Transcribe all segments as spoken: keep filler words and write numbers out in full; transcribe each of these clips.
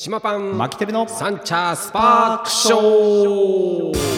島パンマキテルのサンチャースパークショー。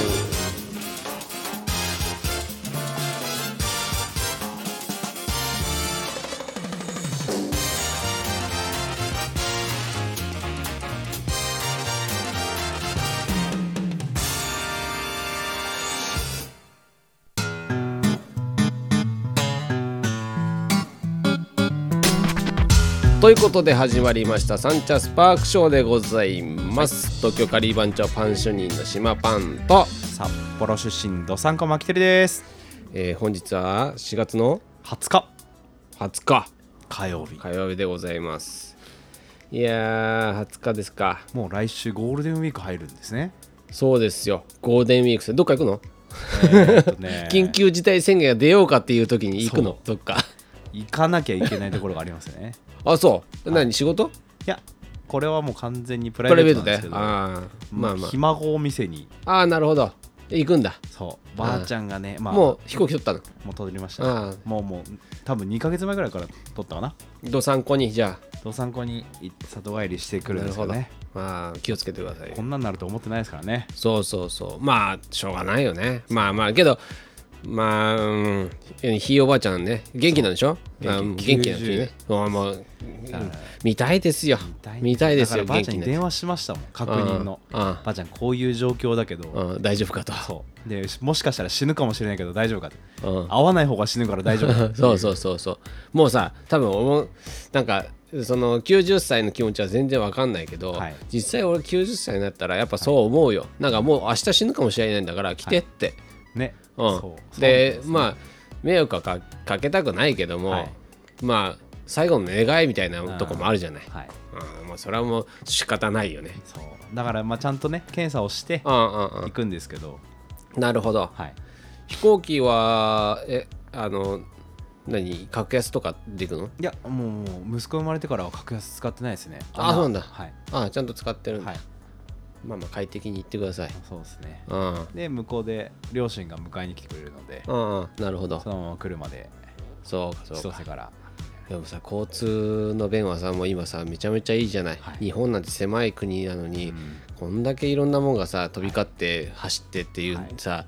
ということで始まりましたサンチャースパークショーでございます、はい、東京カリー番長パン主任の島パンと札幌出身どさんこマキテルです、 えー、本日はしがつのはつかはつか火曜日火曜日でございます。いやーはつかですか。 もう来週ゴールデンウィーク入るんですね。 そうですよ、ゴールデンウィーク。どっか行くの？ えーっとね、 緊急事態宣言が出ようかっていう時に行くの？どっか行かなきゃいけないところがありますよね。 あ、そう。何、仕事？ いや、これはもう完全にプライベートなんですけど、 あ、まあまあ、 ひ孫を店に。 ああ、なるほど、行くんだ。 そう、ばあちゃんがね、まあ、 もう飛行機取ったの？ もう取りました、ね、あもうもう多分にかげつまえぐらいから取ったかな。 どさんこに、じゃあどさんこに里帰りしてくるんですよね。 まあ気をつけてください。 こんなになると思ってないですからね。 そうそうそう、まあしょうがないよね。まあまあけどまあ、うん、ひいおばあちゃんね元気なんでしょ。元気元気な時ね。もう、もう見たいですよ。見たいですよ。 だからばあちゃんに電話しましたもん、確認の。ばあちゃんこういう状況だけど大丈夫かと。 そうで、もしかしたら死ぬかもしれないけど大丈夫かと。会わない方が死ぬから大丈夫か。 そうそうそうそう。もうさ、多分なんかそのきゅうじゅっさいの気持ちは全然わかんないけど、はい、実際俺きゅうじゅっさいになったらやっぱそう思うよ。なんかもう明日死ぬかもしれないんだから来てって。はいね、 うん、そうで、ね、まあ迷惑は か, かけたくないけども、はい、まあ最後の願いみたいなとこもあるじゃない。はい、うん、まあ、それはもう仕方ないよね。 そうだからまあちゃんとね検査をして行くんですけど。 なるほど、はい、飛行機はえあの何格安とかで行くの？いやもう息子生まれてからは格安使ってないですね。 ああ、そうなんだ、はい、あちゃんと使ってるんだ、はい、まあまあ快適に行ってください。 そうですね、うん、で向こうで両親が迎えに来てくれるので、 うん、なるほど、 そのまま来るまで。 そうかそうか。 千歳から。 でもさ、交通の便はさもう今さめちゃめちゃいいじゃない、はい、日本なんて狭い国なのに、うん、こんだけいろんなもんがさ飛び交って走ってっていうさ、はい、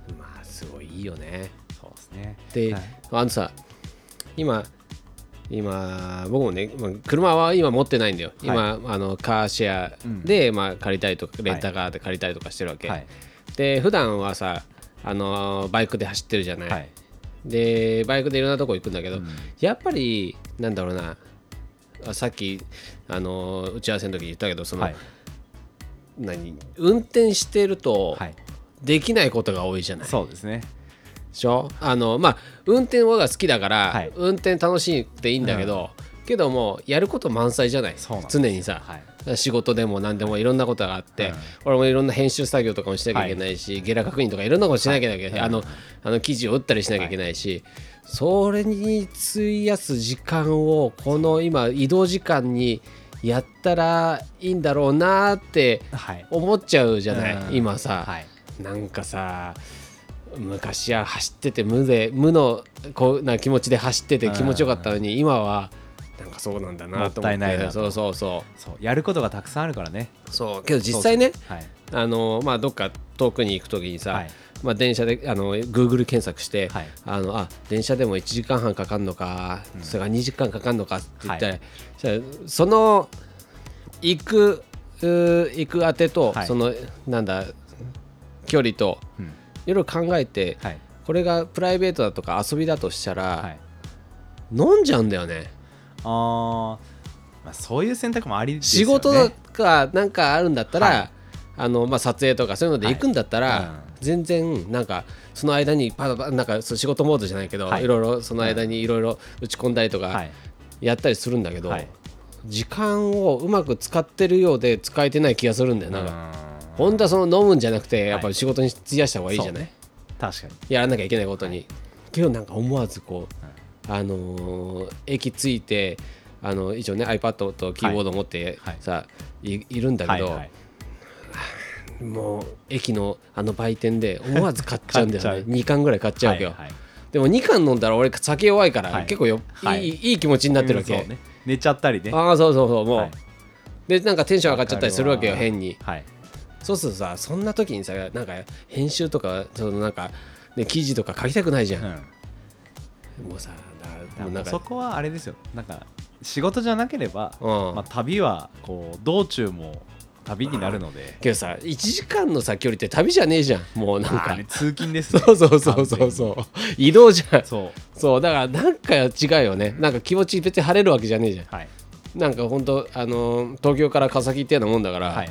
まあすごいいいよね。 そうですね。 で、はい、あのさ今今僕もね、まあ、車は今持ってないんだよ、はい、今あのカーシェアで、うんまあ、借りたりとかレンタカーで借りたりとかしてるわけ、はい、で普段はさあのバイクで走ってるじゃない、はい、でバイクでいろんなとこ行くんだけど、うん、やっぱりなんだろうな、さっきあの打ち合わせの時言ったけどその、はい、何運転してるとできないことが多いじゃない、はい、 そうですね。 でしょ。あのまあ運転はが好きだから、はい、運転楽しいっていいんだけど、うん、けどもやること満載じゃない。常にさ、はい、仕事でも何でもいろんなことがあって、うん、俺もいろんな編集作業とかもしなきゃいけないし、はい、ゲラ確認とかいろんなことしなきゃいけない、はい、あのあの記事を打ったりしなきゃいけないし、はい、それに費やす時間をこの今移動時間にやったらいいんだろうなって思っちゃうじゃない、はい、今さ、はい、なんかさ昔は走ってて無で無のこうな気持ちで走ってて気持ちよかったのに、今はなんかそうなんだなと思って。もったいないなと。そうそうそうそう、やることがたくさんあるからね。 そうけど実際ね、はい、あのまあどっか遠くに行くときにさ、はい、まあ電車であの Google 検索して、はい、あのあ電車でもいちじかんはんかかるのか、うん、それからにじかんかかるのかって言ったら、はい、その行く行く当てと、はい、そのなんだ距離と、うんいろいろ考えて、はい、これがプライベートだとか遊びだとしたら、はい、飲んじゃうんだよね。 あ、まあ、そういう選択もありですよね。仕事かなんかあるんだったら、はい、あのまあ、撮影とかそういうので行くんだったら、はいうん、全然なんかその間にパパなんか仕事モードじゃないけど、はい、いろいろその間にいろいろ打ち込んだりとかやったりするんだけど、はい、時間をうまく使ってるようで使えてない気がするんだよ。なんか本当はその飲むんじゃなくてやっぱり仕事に費やした方がいいじゃない、はい、 確かにやらなきゃいけないことに、はい、けどなんか思わずこう、はい、あのー、駅着いてあの一応ね iPad とキーボードを持ってさ、はい、い, いるんだけど、はいはい、もう駅のあの売店で思わず買っちゃうんだよねにかんぐらい買っちゃうわけよ、はいはい、でもにかん飲んだら俺酒弱いから、はい、結構よ、はい、いい、いい気持ちになってるわけ、 うんそうね、寝ちゃったりね。 ああそうそうそうもう、はいでなんかテンション上がっちゃったりするわけよ変に、 はい、 そうするとさそんな時にさなんか編集とかそのなんか、ね、記事とか書きたくないじゃん、うん、もうさだもうなんかそこはあれですよなんか仕事じゃなければ、うんまあ、旅はこう道中も旅になるのでけどさいちじかんのさ距離って旅じゃねえじゃんもうなんか、 ね、通勤ですねそうそうそうそうそう移動じゃんそうそうだからなんか違うよねなんか気持ち別に晴れるわけじゃねえじゃん、 はい、 なんかほんとあのー、東京から川崎ってようなもんだから、はい、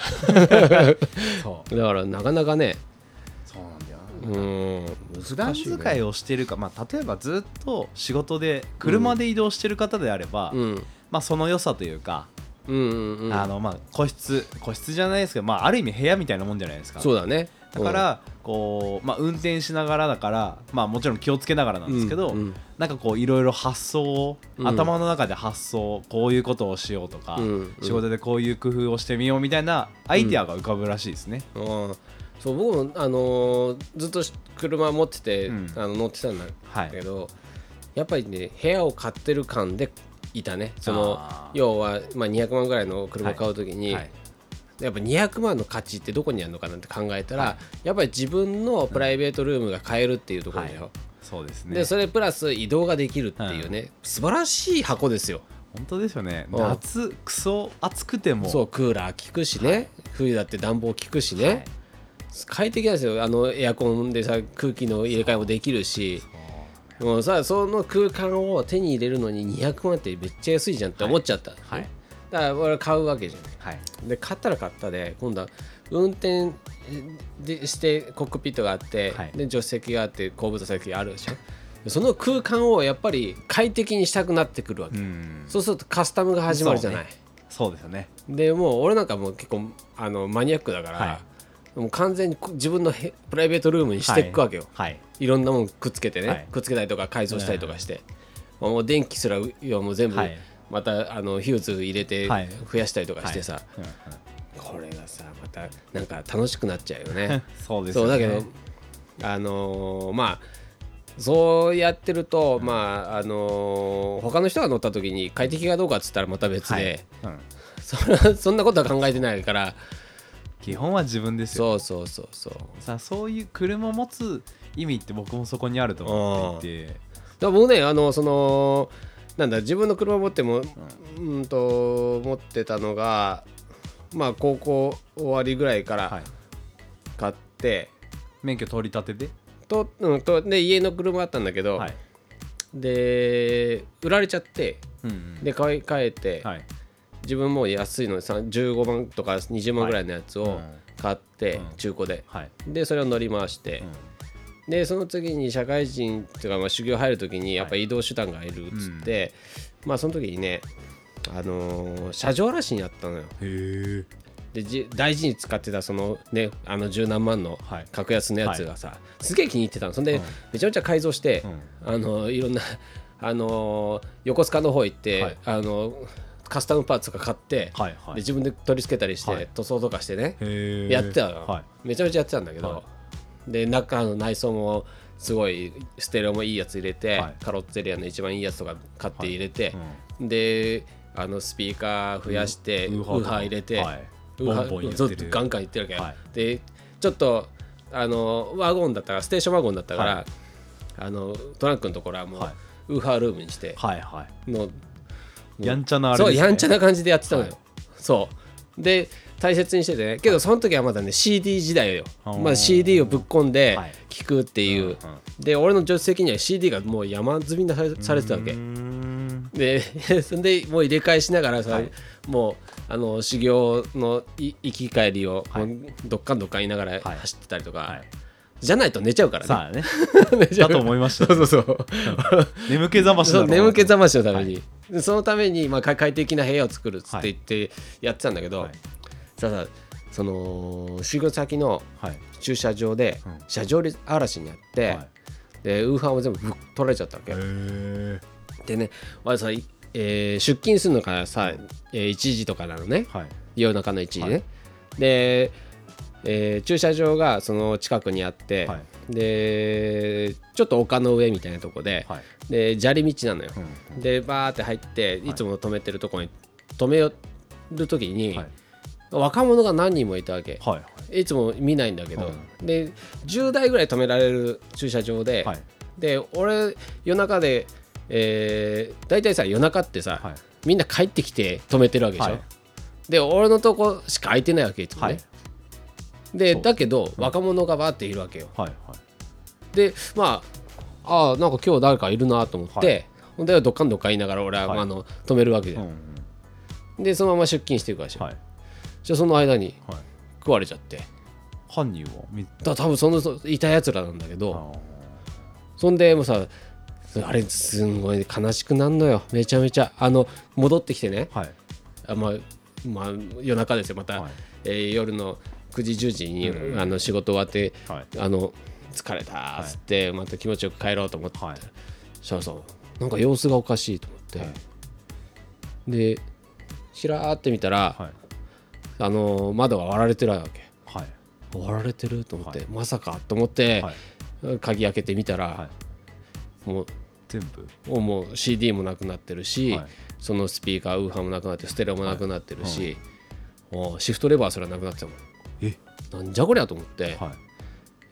そうだからなかなかねそうなんだようん普段使いをしてるか、まあ、例えばずっと仕事で車で移動してる方であれば、うんまあ、その良さというかうんうんうん、あのまあ個室個室じゃないですけど、まあ、ある意味部屋みたいなもんじゃないですか。 そうだね、 だからこう、まあ、運転しながらだから、まあ、もちろん気をつけながらなんですけど、うんうん、なんかこういろいろ発想を、うん、頭の中で発想こういうことをしようとか、うんうん、仕事でこういう工夫をしてみようみたいなアイデアが浮かぶらしいですね、 うん、そう僕も、あのー、ずっと車持ってて、うん、あの乗ってたんだけど、はい、やっぱりね部屋を買ってる感でいたねその要は、まあ、にひゃくまんぐらいの車を買うときに、はいはい、やっぱにひゃくまんの価値ってどこにあるのかなって考えたら、はい、やっぱり自分のプライベートルームが買えるっていうところだよ、はい、 そうですね。 でそれプラス移動ができるっていうね、うん、素晴らしい箱ですよ。 本当ですよね。夏クソ暑くてもそうクーラー効くしね、はい、冬だって暖房効くしね、はい、快適なんですよ。あのエアコンでさ空気の入れ替えもできるしもうさその空間を手に入れるのににひゃくまんってめっちゃ安いじゃんって思っちゃった、はいはい、だから俺買うわけじゃない、はい、で買ったら買ったで今度は運転でしてコックピットがあって、はい、で助手席があって後部座席があるでしょその空間をやっぱり快適にしたくなってくるわけ。うんそうするとカスタムが始まるじゃない。 そうですよね。 でもう俺なんかもう結構あのマニアックだから、はい、もう完全に自分のプライベートルームにしていくわけよ、はいはい、いろんなもんくっつけてね、はい、くっつけたりとか改造したりとかして、うん、もう電気すらもう全部またあのヒューズ入れて増やしたりとかしてさ、はいはいうん、これがさまたなんか楽しくなっちゃうよねそうですよね。 そうだけどあのー、まあそうやってると、うん、まああのー、他の人が乗った時に快適かどうかっつったらまた別で、はいうん、そ, そんなことは考えてないから基本は自分ですよ。 そうそうそうそうさあそういう車を持つ意味って僕もそこにあると思っていて、だから僕ねあのそのなんだ自分の車を持っても、うん、うんと持ってたのがまあ高校終わりぐらいから買って、はい、 免許取り立てでと、うん、とで家の車あったんだけど、はい、で売られちゃって、うんうん、で買い替えて、はい、自分も安いのじゅうごまんとかにじゅうまんぐらいのやつを買って、はいうん、中古で、はい、でそれを乗り回して、うん、でその次に社会人というかまあ修行入る時にやっぱ移動手段がいるっつって、はいうん、まあその時にねあのー、車上荒らしにあったのよ。へーで大事に使ってたそのねあの十何万の格安のやつがさ、はい、すげえ気に入ってたの。そんで、うん、めちゃめちゃ改造して、うん、あのいろんなあの横須賀の方行って、はい、あのカスタムパーツとか買って、はいはい、で自分で取り付けたりして、はい、塗装とかしてねやってたの、はい、めちゃめちゃやってたんだけど、はい、で中の内装もすごいステレオもいいやつ入れて、はい、カロッツェリアの一番いいやつとか買って入れて、はいうん、であのスピーカー増やして、うん、ウーハー入れて、はいボンボン言ってるガンガン言ってるわけ、はい、でちょっとあのワゴンだったからステーションワゴンだったから、はい、あのトランクのところはもう、はい、ウーハールームにして、はいはい、のやんちゃなあれですね。 そうやんちゃな感じでやってたのよ、はい、そうで大切にしててねけどその時はまだね シーディー 時代よ、まあ、シーディー をぶっ込んで聴くっていう、はいうんうん、で俺の助手席には シーディー がもう山積みにされてたわけでそんでもう入れ替えしながらさ、はい、もうあの修行の行き帰りを、はい、どっかんどっかん言いながら走ってたりとか、はい、じゃないと寝ちゃうからね。 さあねだと思いました。 そうそうそう眠気覚ましだろうな。 眠気覚ましのために、はい、そのために、まあ、快適な部屋を作るっつって言ってやってたんだけど、はい、さあその修行先の駐車場で車上荒らしにあって、はい、でウーハーも全部ぶっ取られちゃったわけ。でねまずさえー、出勤するのがさ、えー、いちじとかなのね、はい、夜中のいちじね、はい、で、えー、駐車場がその近くにあって、はい、でちょっと丘の上みたいなとこで、はい、で砂利道なのよ、うん、でバーって入っていつも止めてるとこに止めよる時に、はい、若者が何人もいたわけ、はいはい、いつも見ないんだけど、うん、でじゅうだいぐらい止められる駐車場で、はい、で俺夜中で、えー、大体さ夜中ってさ、はい、みんな帰ってきて止めてるわけでしょ、はい、で俺のとこしか空いてないわけいつもね、はい、でだけど若者がバーっているわけよ、はいはい、でまああなんか今日誰かいるなと思って、はい、ほんでどっかんどっかん言いながら俺は、はい、あの止めるわけで、うんうん、でそのまま出勤していくわけでしょ、はい、じゃあその間に食われちゃって、はい、 犯人はだ多分そのいたやつらなんだけど、そんでもうさあれすんごい悲しくなるのよめちゃめちゃ。あの戻ってきてね、はい、あまあまあ、夜中ですよまた、はい、えー、夜のくじじゅうじに、うん、あの仕事終わって、はい、あの疲れたっつって、はい、また気持ちよく帰ろうと思って、はい、そうそうなんか様子がおかしいと思って、はい、でしらーって見たら、はい、あの窓が割られてるわけ、はい、割られてると思って、はい、まさかと思って、はい、鍵開けてみたら、はい、もう全部もう シーディー もなくなってるし、はい、そのスピーカーウーハーもなくなってステレオもなくなってるし、はい、シフトレバーすらなくなってたもん。えなんじゃこりゃと思って、はい、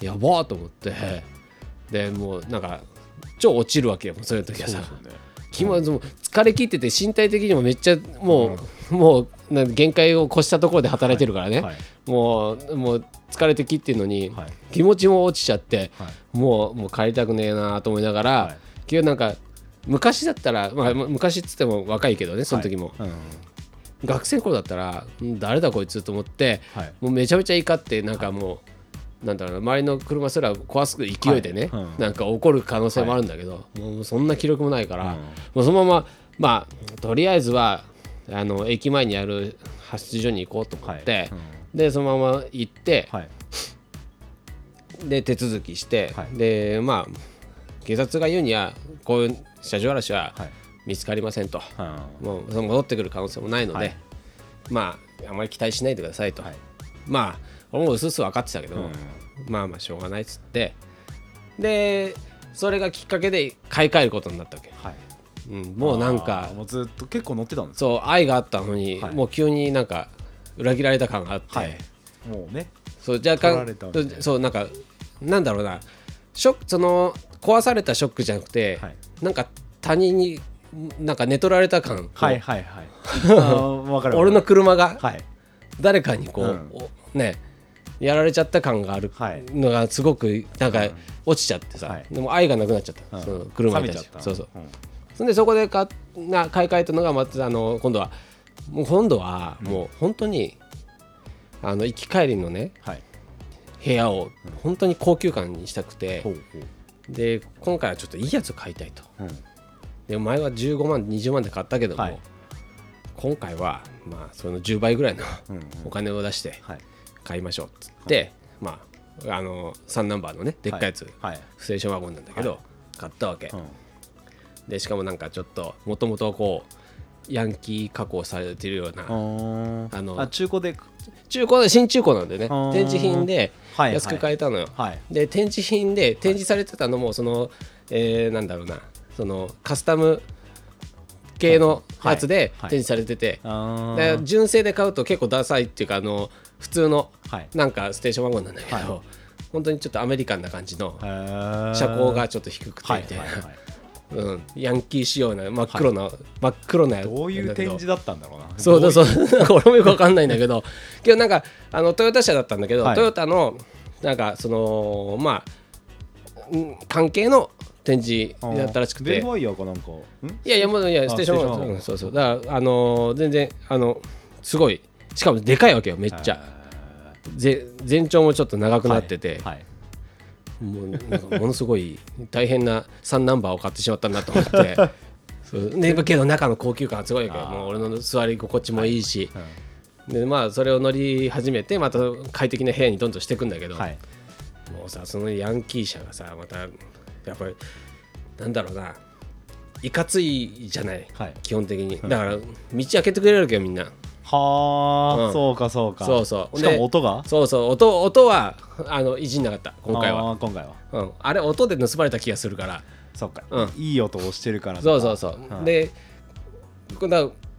やばーと思って、はい、でもうなんか超落ちるわけよそういう時はさ、気も疲れ切ってて身体的にもめっちゃもう、うん、もう限界を越したところで働いてるからね、はいはい、もうもう疲れてきってるのに、はい、気持ちも落ちちゃって、はい、もうもう帰りたくねえなと思いながら、はい、結局なんか昔だったら、まあ、昔っつっても若いけどねその時も、はい、うん、学生の頃だったら誰だこいつと思って、はい、もうめちゃめちゃ怒ってなんかもうなんだろうな周りの車すら壊す勢いでね、はい、うん、なんか怒る可能性もあるんだけど、はい、もうそんな記録もないから、うん、もうそのまままあとりあえずはあの駅前にある発出所に行こうと思って、はい、うん、でそのまま行って、はい、で手続きして、はい、でまあ警察が言うにはこういう車上荒らしは見つかりませんと、はい、もう戻ってくる可能性もないので、はい、まああまり期待しないでくださいと、はい、まあ俺もうすうす分かってたけど、うん、まあまあしょうがないっつって、でそれがきっかけで買い替えることになったわけ、はい、うん、もうなんかもうずっと結構乗ってたんですか。 そう愛があったのに、はい、もう急になんか裏切られた感があって、はい、 もうねそう若干そうなんかなんだろうなショックその壊されたショックじゃなくて、はい、なんか他人になんか寝取られた感、 はいはいはいあ分かる俺の車が誰かにこう、うん、ねやられちゃった感があるのがすごくなんか落ちちゃってさ、はい、でも愛がなくなっちゃった、うん、その車に対してそうそう、うん、そんでそこでかな買い替えたのがまたあの今度はもう今度はもう本当に、うん、あの行き帰りのね、はい、部屋を本当に高級感にしたくて、うん、で今回はちょっといいやつを買いたいと、うん、で前はじゅうごまんにじゅうまんで買ったけども、はい、今回はまあそのじゅうばいぐらいのお金を出して買いましょうっつって、うん、まああのさんナンバーのねでっかいやつ、はいはい、ステーションワゴンなんだけど、はい、買ったわけ、うん、でしかもなんかちょっともともとこうヤンキー加工されてるようなあのあ中古で中古で新中古なんでね展示品で安く買えたのよ、はいはい、で展示品で展示されてたのもその、えー、なんだろうなそのカスタム系のやつで展示されてて、はいはい、純正で買うと結構ダサいっていうかあの普通のなんかステーションワゴンなんだけど、はい、本当にちょっとアメリカンな感じの車高がちょっと低くてみたいな、はいはいはい、うん、ヤンキー仕様な真っ黒な、はい、真っ黒なやつどういう展示だったんだろうなそうだそう俺もよく分かんないんだけどけどなんかあのトヨタ車だったんだけど、はい、トヨタのなんかそのまあ関係の展示だったらしくてベルファイアかなんかいやいやもういやステーションワゴン、うん、そうそうだからあのー、全然あのすごいしかもでかいわけよめっちゃぜ全長もちょっと長くなってて、はいはいもうなんかものすごい大変なさんナンバーを買ってしまったんだと思ってそうでけど中の高級感がすごいわけどもう俺の座り心地もいいし、はいうん、でまあそれを乗り始めてまた快適な部屋にどんどんしていくんだけど、はい、もうさそのヤンキー車がさまたやっぱりなんだろうないかついじゃない、はい、基本的にだから道開けてくれるわけよみんなはあ、うん、そうかそうかそうそうしかも音がそうそう音音はあのいじんなかった今回はあ今回は、 うん、あれ音で盗まれた気がするからそうか、うん、いい音をしてるからそうそうそう、うん、でだ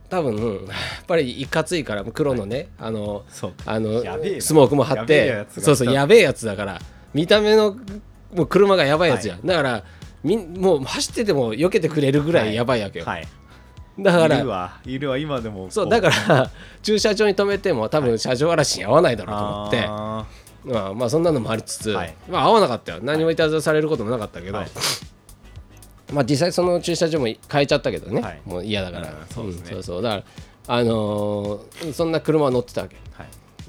多分やっぱりいかついから黒のね、はい、あのあのスモークも貼ってそうそうやべえやつだから見た目のもう車がやばいやつや、はい、だからみもう走ってても避けてくれるぐらいやばいわけよ、はいはい、だからいるわいるわ今でもそうだから駐車場に止めても多分車上荒らしに合わないだろうと思って、はい、あまあ、まあそんなのもありつつ、はい、まあ合わなかったよ何もいたずらされることもなかったけど、はい、まあ実際その駐車場も変えちゃったけどね、はい、もう嫌だから、うん、そうですね、うん、そうそうだからあのー、そんな車乗ってたわけ、はい、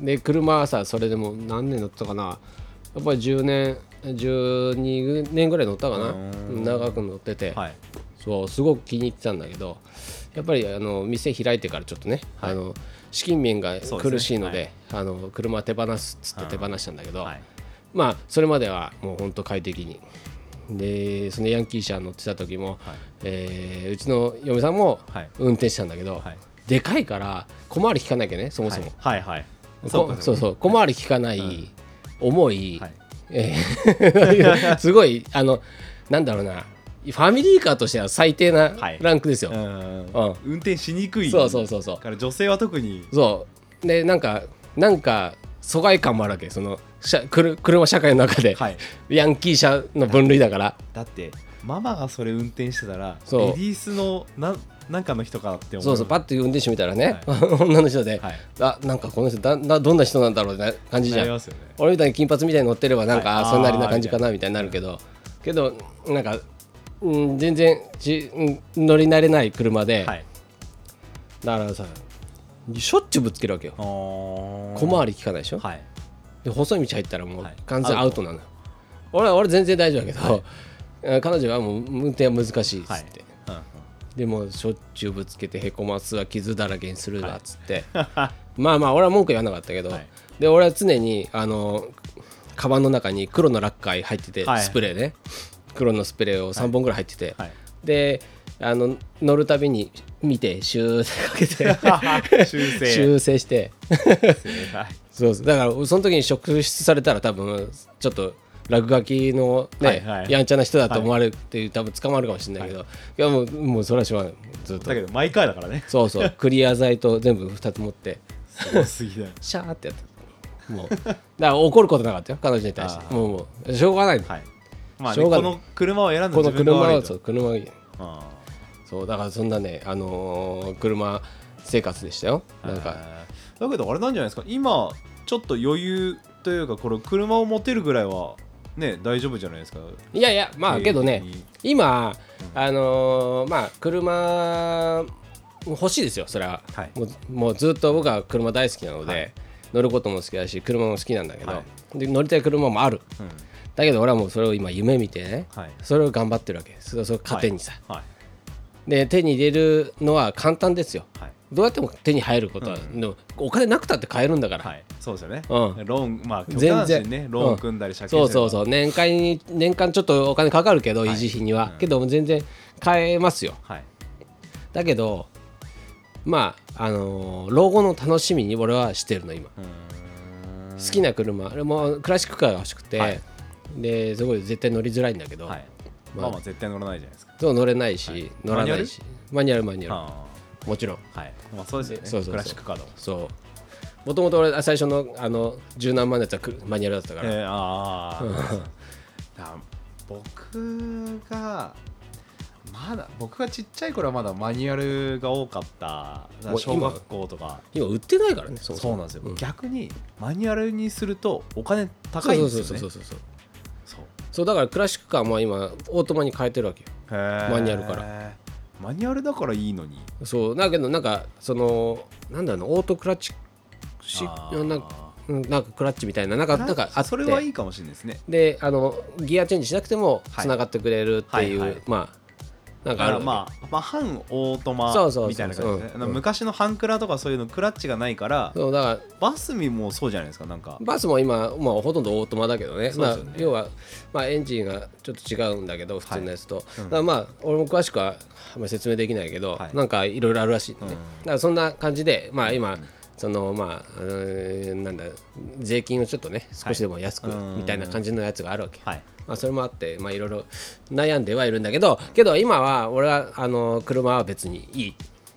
で車はさそれでも何年乗ってたかなやっぱりじゅうねんじゅうにねんぐらい乗ったかな長く乗ってて、はい、そうすごく気に入ってたんだけどやっぱりあの店開いてからちょっとね、はい、あの資金面が苦しいの で, で、ねはい、あの車手放すっつって手放したんだけど、はい、まあそれまではもうほんと快適にでそのヤンキー車乗ってた時も、はいえー、うちの嫁さんも運転してたんだけど、はい、でかいから小回り利かなきゃねそもそも、はいはいはい、そうそうそう小回り利かない、うん、重い、はいえー、すごいあのなんだろうなファミリーカーとしては最低なランクですよ、はいうんうん、運転しにくいそうそうそうそうから女性は特にそうでなんかなんか疎外感もあるわけその車社会の中で、はい、ヤンキー車の分類だからだってママがそれ運転してたらレディースのななんかの人かって思うそうそうパッと運転手見たらね、はい、女の人で、はい、あなんかこの人だだどんな人なんだろうって感じじゃん、ね、俺みたいに金髪みたいに乗ってればなんか、はい、そんなりな感じかなみたいになるけどけどなんか、うん、全然ち、うん、乗り慣れない車で、はい、だからさしょっちゅうぶつけるわけよ小回り効かないでしょ、はい、で細い道入ったらもう完全アウトなの、はい、俺は俺全然大丈夫だけど、はい、彼女はもう運転は難しいっつって、はいうん、でもしょっちゅうぶつけてへこますわ傷だらけにするわっつって、はい、まあまあ俺は文句言わなかったけど、はい、で俺は常にあのカバンの中に黒のラッカー入ってて、はい、スプレーね黒のスプレーをさんぼんぐらい入ってて、はい、であの乗るたびに見てシューってかけて修正修正してそうそうだからその時に職質されたら多分ちょっと落書きの、ねはいはい、やんちゃな人だと思われるっていう、はい、多分捕まるかもしれないけど、はい、いやもう、もうそれはしょうがないずっとだけど毎回だからねそうそうクリア剤と全部ふたつ持ってすごすぎだよシャーってやったもうだから怒ることなかったよ彼女に対してもうもうしょうがない、はいまあね、この車を選んだ自分が悪いとこの車はそう車がいいあそうだからそんなね、あのー、車生活でしたよなんかだけどあれなんじゃないですか今ちょっと余裕というかこれ車を持てるぐらいはね大丈夫じゃないですかいやいやまあけどね今、うん、あのー、まあ車欲しいですよそれは、はい、もう、もうずっと僕は車大好きなので、はい、乗ることも好きだし車も好きなんだけど、はい、で乗りたい車もある、うん、だけど俺はもうそれを今夢見てね、はい、それを頑張ってるわけそれを糧にさ、はいはいで手に入れるのは簡単ですよ、はい、どうやっても手に入ることは、うん、お金なくたって買えるんだから、はい、 そうですよね、うん、ローンまあ全然ねローン組んだり借金すれば、 うん、そうそうそう年間に年間ちょっとお金かかるけど、はい、維持費には、うん、けど全然買えますよ、はい、だけどまああのー、老後の楽しみに俺はしてるの今好きな車もうクラシックカーが欲しくて、はい、ですごい絶対乗りづらいんだけど、はいまあ、まあ絶対乗らないじゃないですかそう乗れないし、はい、乗らないしマニュアルマニュアルもちろん、 はいまあ、そうですよねそうそうそうクラシックカードそうもともと俺最初のあの十何万のやつはマニュアルだったから、えー、ああ僕がまだ僕がちっちゃい頃はまだマニュアルが多かった小学校とか今, 今売ってないからねそうそうなんですよ、うん、逆にマニュアルにするとお金高いんですよねそうそうそうそうそうそうだからクラシックカーも今オートマに変えてるわけよマニュアルからマニュアルだからいいのにそうだけどなんかそのなんだろうオートクラッチなんかなんかクラッチみたいななんかなんかあってそれはいいかもしれないですねであのギアチェンジしなくてもつながってくれるっていう、はいはいはい、まあなんかあるまあ、まあ半オートマみたいな感じですね昔の半クラとかそういうのクラッチがないからそうだからバスもそうじゃないですかなんかバスも今、まあ、ほとんどオートマだけど ね, ね、まあ、要は、まあ、エンジンがちょっと違うんだけど普通のやつと、はいうん、だからまあ俺も詳しくはあんまり説明できないけど、はい、なんかいろいろあるらしい、ねうん、だからそんな感じでまあ今、うんそのまあ、なんだ税金をちょっとね少しでも安くみたいな感じのやつがあるわけ、はいまあ、それもあってまあいろいろ悩んではいるんだけどけど今は俺はあの車は別にいい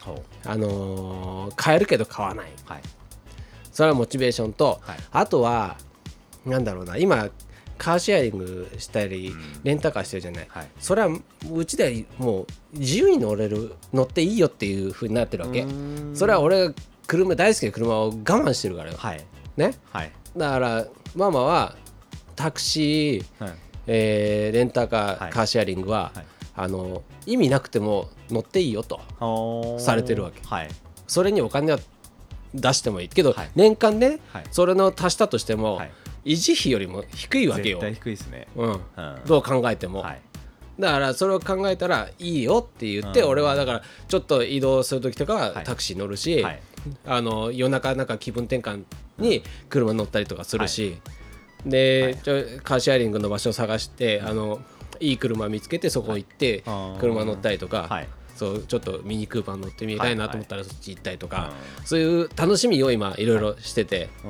あのー、買えるけど買わない、はい、それはモチベーションと、はい、あとはなんだろうな、今カーシェアリングしたり、うん、レンタカーしてるじゃない、はい、それはうちではもう自由に乗れる乗っていいよっていう風になってるわけ。それは俺が車大好きな車を我慢してるからよ、はい、ね、はい、だからママはタクシー、はい、えー、レンタカー、はい、カーシェアリングは、はい、あの意味なくても乗っていいよとされてるわけ、はい、それにお金は出してもいいけど、はい、年間ね、はい、それの足したとしても、はい、維持費よりも低いわけよ。 絶対低いですね、 うんうん、どう考えても、はい、だからそれを考えたらいいよって言って、うん、俺はだからちょっと移動する時とかはタクシー乗るし、はい、あの夜中なんか気分転換に車乗ったりとかするし、はい、で、はい、カーシェアリングの場所を探して、うん、あのいい車見つけてそこ行って車乗ったりとか、はい、そうちょっとミニクーパー乗ってみたいなと思ったらそっち行ったりとか、はいはい、そういう楽しみを今いろいろしてて、はい、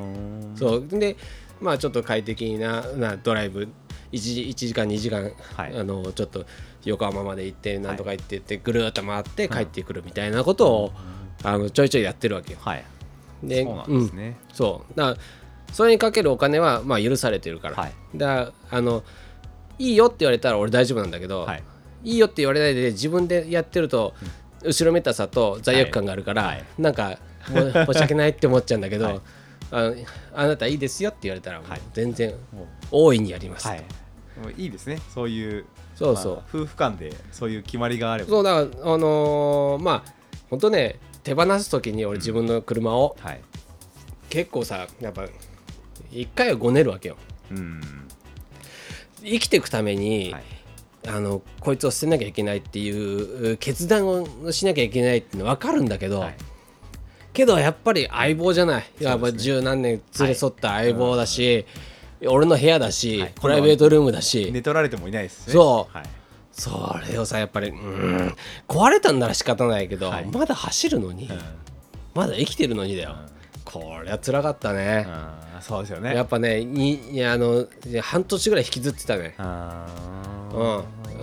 そうでまあちょっと快適な、なドライブいち, いちじかんにじかん、はい、あのちょっと横浜まで行ってなんとか行ってってぐるっと回って帰ってくるみたいなことを、うん、あのちょいちょいやってるわけよ、はい、でそうなんですね、うん、そうだからそれにかけるお金はまあ許されてるから、はい、だからあのいいよって言われたら俺大丈夫なんだけど、はい、いいよって言われないで自分でやってると、うん、後ろめたさと罪悪感があるから、はい、なんか申し訳ないって思っちゃうんだけど、はい、あ, あなたいいですよって言われたら全然大いにやります、はい、 もういいですね、そういうそうそう、まあ、 夫婦間でそういう決まりがあれば。 そうだからあのー、まあ本当ね手放す時に俺自分の車を、うんはい、結構さやっぱ一回はごねるわけよ、うん、生きていくために、はい、あのこいつを捨てなきゃいけないっていう決断をしなきゃいけないっていうの分かるんだけど、はい、けどやっぱり相棒じゃない、やっぱ十何年連れ添った相棒だし、はい、俺の部屋だし、はい、プライベートルームだし寝取られてもいないですね。 そう、はい、それをさやっぱりうーん壊れたんなら仕方ないけど、はい、まだ走るのに、うん、まだ生きてるのにだよ、うん、これは辛かったね、 うん、そうですよね。 やっぱねにいやあの半年ぐらい引きずってたね。あ、うん、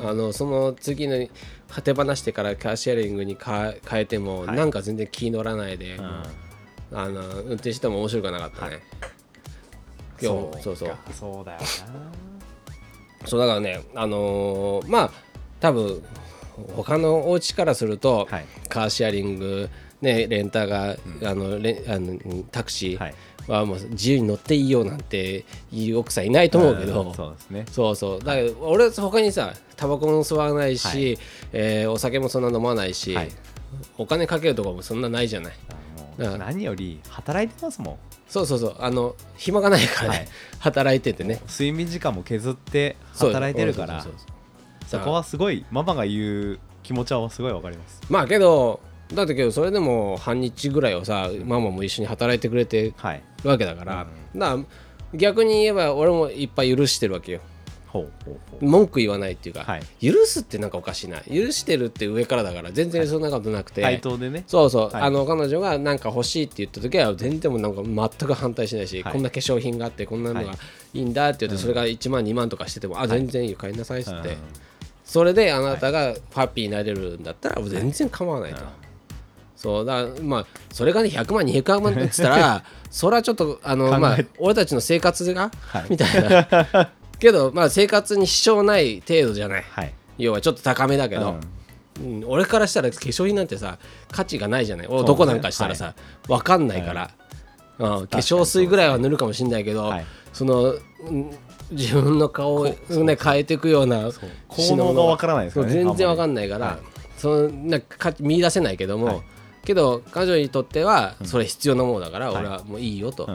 あのその次の手放してからカーシェアリングに変えても、はい、なんか全然気乗らないで、うん、あの運転しても面白くなかったね、はい、今日そうそうそうだよな。 そうだからねあのー、まあ多分他のお家からすると、はい、カーシェアリングねレンタが、うん、あのレあのタクシーはもう自由に乗っていいよなんていう奥さんいないと思うけど、 うん、そうですね。 そうそうだから俺は他にさタバコも吸わないし、はい、えー、お酒もそんな飲まないし、はい、お金かけるところもそんなないじゃない。 だから何より働いてますもん。 そうそうそうあの暇がないからね、はい、働いててね睡眠時間も削って働いてるからそこはすごいママが言う気持ちはすごいわかります。 まあけどだってけどそれでも半日ぐらいをさママも一緒に働いてくれてるわけだから、はい、だから逆に言えば俺もいっぱい許してるわけよ。ほうほうほう文句言わないっていうか、はい、許すってなんかおかしいな。許してるって上からだから全然そんなことなくて、 はい、対等でね。 そうそう、はい、あの彼女がなんか欲しいって言った時は全然もなんか全く反対しないし、はい、こんな化粧品があってこんなのがいいんだって言って、それがいちまんにまんとかしてても、はい、あ全然いいよ買いなさいっつって、はい、それであなたがハッピーになれるんだったら全然構わないと、はい、そうだまあそれがねひゃくまんにひゃくまんって言ったらそれはちょっとあのまあ俺たちの生活が、はい、みたいなけどまあ生活に支障ない程度じゃない、はい、要はちょっと高めだけど、うんうん、俺からしたら化粧品なんてさ価値がないじゃない、ね、男なんかしたらさ、はい、分かんないから、はい、うん、化粧水ぐらいは塗るかもしれないけど、はい、その、うん、自分の顔を、ね、変えていくような効能が分からないですからね。 全然分かんないから、はい、そのなんか見出せないけども、はい、けど彼女にとってはそれ必要なものだから、うん、俺はもういいよと、はい、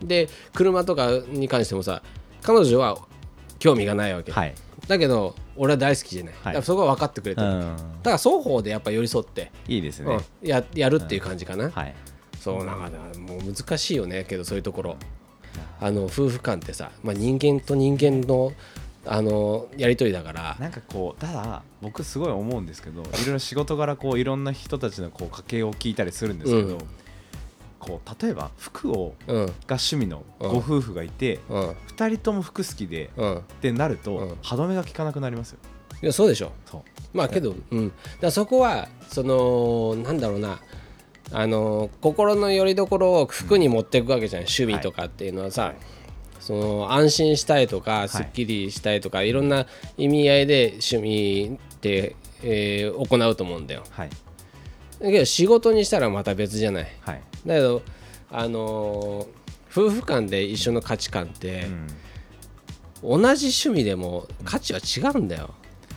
で車とかに関してもさ彼女は興味がないわけ、はい、だけど俺は大好きじゃない、はい、だからそこは分かってくれてる、うん、だから双方でやっぱ寄り添っていいですね、 うん、や, やるっていう感じかな、うんはい、そうなんかもう難しいよね。けどそういうところあの夫婦間ってさ、まあ、人間と人間のあのやり取りだからなんかこうただ僕すごい思うんですけどいろいろ仕事柄こういろんな人たちのこう家計を聞いたりするんですけど、うん、こう例えば服を、うん、が趣味のご夫婦がいて、うん、ふたりとも服好きで、うん、ってなると、うん、歯止めが効かなくなりますよ。 いやそうでしょ。そうまあけど、うん、だからそこはそのなんだろうな、あの心の拠り所を服に持っていくわけじゃん、うん、趣味とかっていうのはさ、はい、その安心したいとかすっきりしたいとか、はい、いろんな意味合いで趣味って、えー、行うと思うんだよ、はい、だけど仕事にしたらまた別じゃない、はい、だけど、あのー、夫婦間で一緒の価値観って、うん、同じ趣味でも価値は違うんだよ、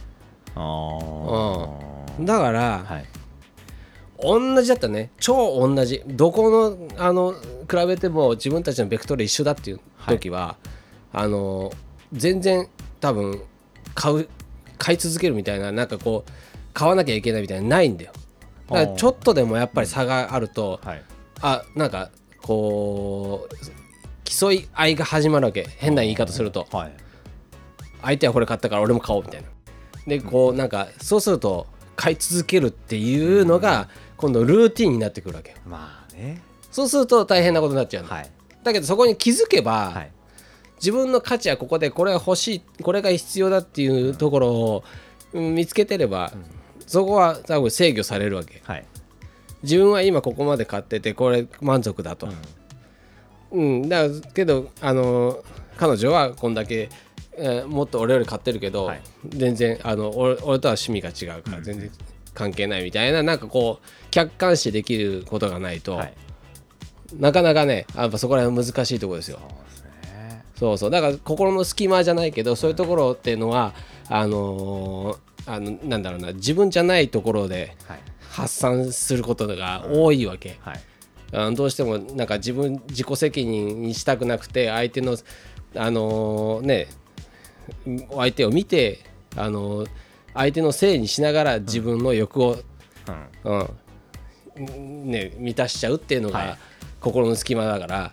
あ、うん、だから、はい、同じだったね、超同じ、どこの、あの比べても自分たちのベクトル一緒だっていう時は、はい、あの全然多分買う買い続けるみたいな、なんかこう買わなきゃいけないみたいなないんだよ。だからちょっとでもやっぱり差があると、はい、あ、なんかこう競い合いが始まるわけ、変な言い方すると、はい、相手はこれ買ったから俺も買おうみたいなで、こうなんかそうすると買い続けるっていうのが今度ルーティンになってくるわけよ。まあね、そうすると大変なことになっちゃうの、はい、だけどそこに気づけば、はい、自分の価値はここでこれは欲しい、これが必要だっていうところを見つけてれば、うん、そこは多分制御されるわけ、はい、自分は今ここまで買っててこれ満足だと、うんうん、だけどあの彼女はこんだけ、えー、もっと俺より買ってるけど、はい、全然あの 俺, 俺とは趣味が違うから全然関係ないみたいな、うん、なんかこう客観視できることがないと、はい、なかなかね、やっぱそこら辺難しいところですよ。そうですね。そうそう、だから心の隙間じゃないけど、そういうところっていうのはあのー、あのなんだろうな、自分じゃないところで発散することが多いわけ、はい、あのどうしてもなんか自分自己責任にしたくなくて、相手のあのー、ね相手を見て、あのー、相手のせいにしながら自分の欲を、うんうんね、満たしちゃうっていうのが心の隙間だから、はい、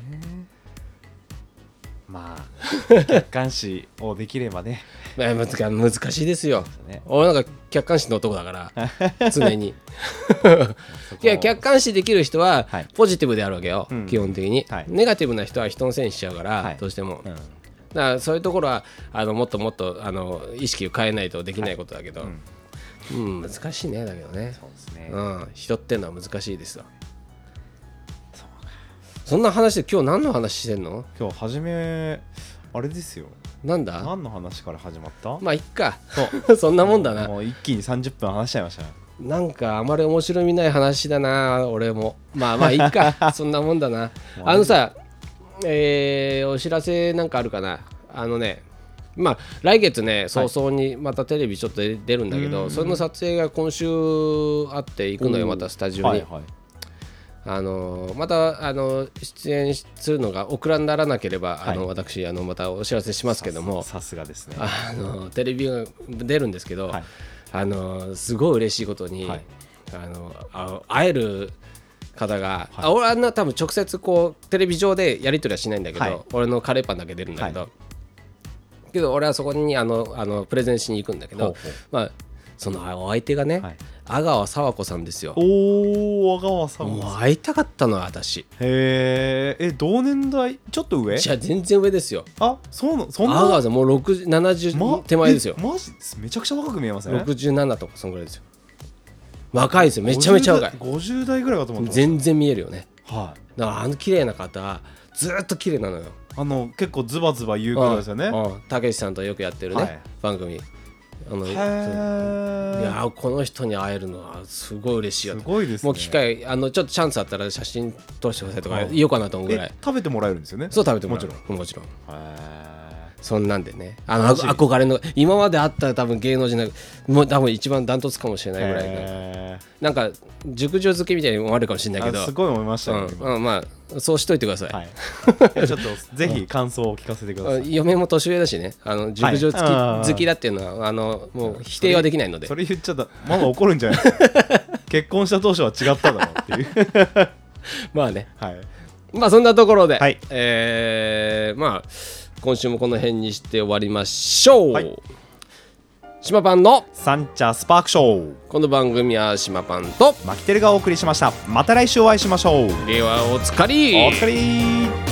まあ客観視をできればね難, 難しいですよ、ね、俺なんか客観視の男だから常にいや客観視できる人はポジティブであるわけよ、はい、基本的に、うん、はい、ネガティブな人は人のせいにしちゃうから、はい、どうしても、うん、だからそういうところはあのもっともっとあの意識を変えないとできないことだけど、はい、うんうん、難しいね。だけどね、そうですね、うん、人ってのは難しいですよ。そう、そんな話で今日何の話してんの？ 今日初めあれですよ。 なんだ？ 何の話から始まった？ まあいっか。そうそんなもんだな。 もう一気にさんじゅっぷん話しちゃいましたね。 なんかあまり面白みない話だな、俺も。まあまあいっか。そんなもんだな。あのさ、えー、お知らせなんかあるかな。あのね、まあ来月ね、早々にまたテレビちょっと出るんだけど、はい、その撮影が今週あって行くのよ、またスタジオに。はいはい、あのまたあの出演するのがオクラにならなければ、はい、あの私あのまたお知らせしますけども、 さすがですね、 あのテレビが出るんですけど、はい、あのすごい嬉しいことに、はい、あのあ会える方が、はい、あ俺あんな多分直接こうテレビ上でやり取りはしないんだけど、はい、俺のカレーパンだけ出るんだけど、はい、けど俺はそこにあのあのプレゼンしに行くんだけど、ほうほう、まあそのお相手がね、はい、阿川佐和子さんですよ。 おー、阿川佐和子さん。 もう会いたかったのは私。 へー、え、同年代ちょっと上？ じゃあ全然上ですよ。 あ、そうな、そんな。 阿川さんもうろくじゅう、ななじゅう、ま、手前ですよ。 マジめちゃくちゃ若く見えますね。 ろくじゅうななとかそんぐらいですよ。若いですよ、めちゃめちゃ若い。 ごじゅう代ぐらいかと思ってました。 全然見えるよね。はい。だからあの綺麗な方ずっと綺麗なのよ。 あの結構ズバズバ言う方ですよね。 たけしさんとよくやってるね、はい、番組。あのいやこの人に会えるのはすごい嬉しいよ。 すごいですね。 もう機会あのちょっとチャンスあったら写真撮らせてくださいとか言おうかなと思うぐらい。 食べてもらえるんですよね。 そう、食べてもらえる。もちろんもちろん。そんなんでね、あの憧れの今まであった多分芸能人のもう多分一番ダントツかもしれないぐらいね。なんか熟女好きみたいに思われるかもしれないけど、 すごい思いましたね、 うんうん、まあそうしといてください、はい、 ちょっとぜひ感想を聞かせてください。 嫁も年上だしね、あの熟女好き、はい、好きだっていうのはあのもう否定はできないので。 それ、それ言っちゃったママ怒るんじゃないですか結婚した当初は違っただろうっていうまあね、はい、まあそんなところで、はい、えー、まあ今週もこの辺にして終わりましょう、はい、島パンのサンチャスパークショー。 この番組は島パンとマキテルがお送りしました。また来週お会いしましょう。 ではおつかりおつかり。